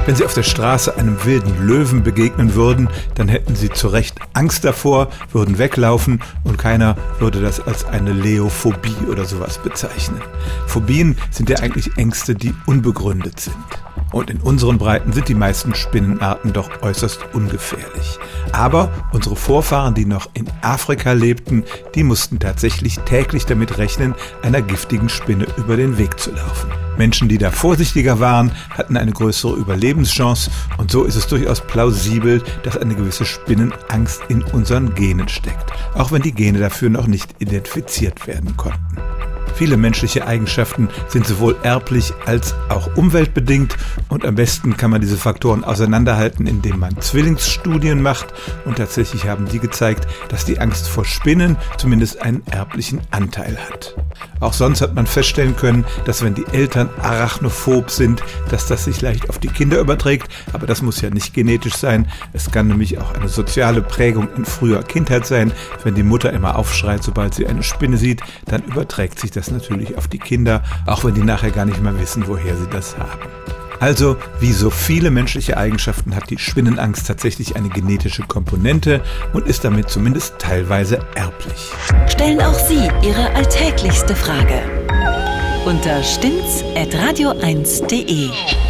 Wenn Sie auf der Straße einem wilden Löwen begegnen würden, dann hätten Sie zu Recht Angst davor, würden weglaufen und keiner würde das als eine Leophobie oder sowas bezeichnen. Phobien sind ja eigentlich Ängste, die unbegründet sind. Und in unseren Breiten sind die meisten Spinnenarten doch äußerst ungefährlich. Aber unsere Vorfahren, die noch in Afrika lebten, die mussten tatsächlich täglich damit rechnen, einer giftigen Spinne über den Weg zu laufen. Menschen, die da vorsichtiger waren, hatten eine größere Überlebenschance und so ist es durchaus plausibel, dass eine gewisse Spinnenangst in unseren Genen steckt, auch wenn die Gene dafür noch nicht identifiziert werden konnten. Viele menschliche Eigenschaften sind sowohl erblich als auch umweltbedingt und am besten kann man diese Faktoren auseinanderhalten, indem man Zwillingsstudien macht und tatsächlich haben die gezeigt, dass die Angst vor Spinnen zumindest einen erblichen Anteil hat. Auch sonst hat man feststellen können, dass wenn die Eltern arachnophob sind, dass das sich leicht auf die Kinder überträgt, aber das muss ja nicht genetisch sein. Es kann nämlich auch eine soziale Prägung in früher Kindheit sein. Wenn die Mutter immer aufschreit, sobald sie eine Spinne sieht, dann überträgt sich das natürlich auf die Kinder, auch wenn die nachher gar nicht mehr wissen, woher sie das haben. Also, wie so viele menschliche Eigenschaften hat die Spinnenangst tatsächlich eine genetische Komponente und ist damit zumindest teilweise erblich. Stellen auch Sie Ihre alltäglichste Frage unter stimmt's@radio1.de.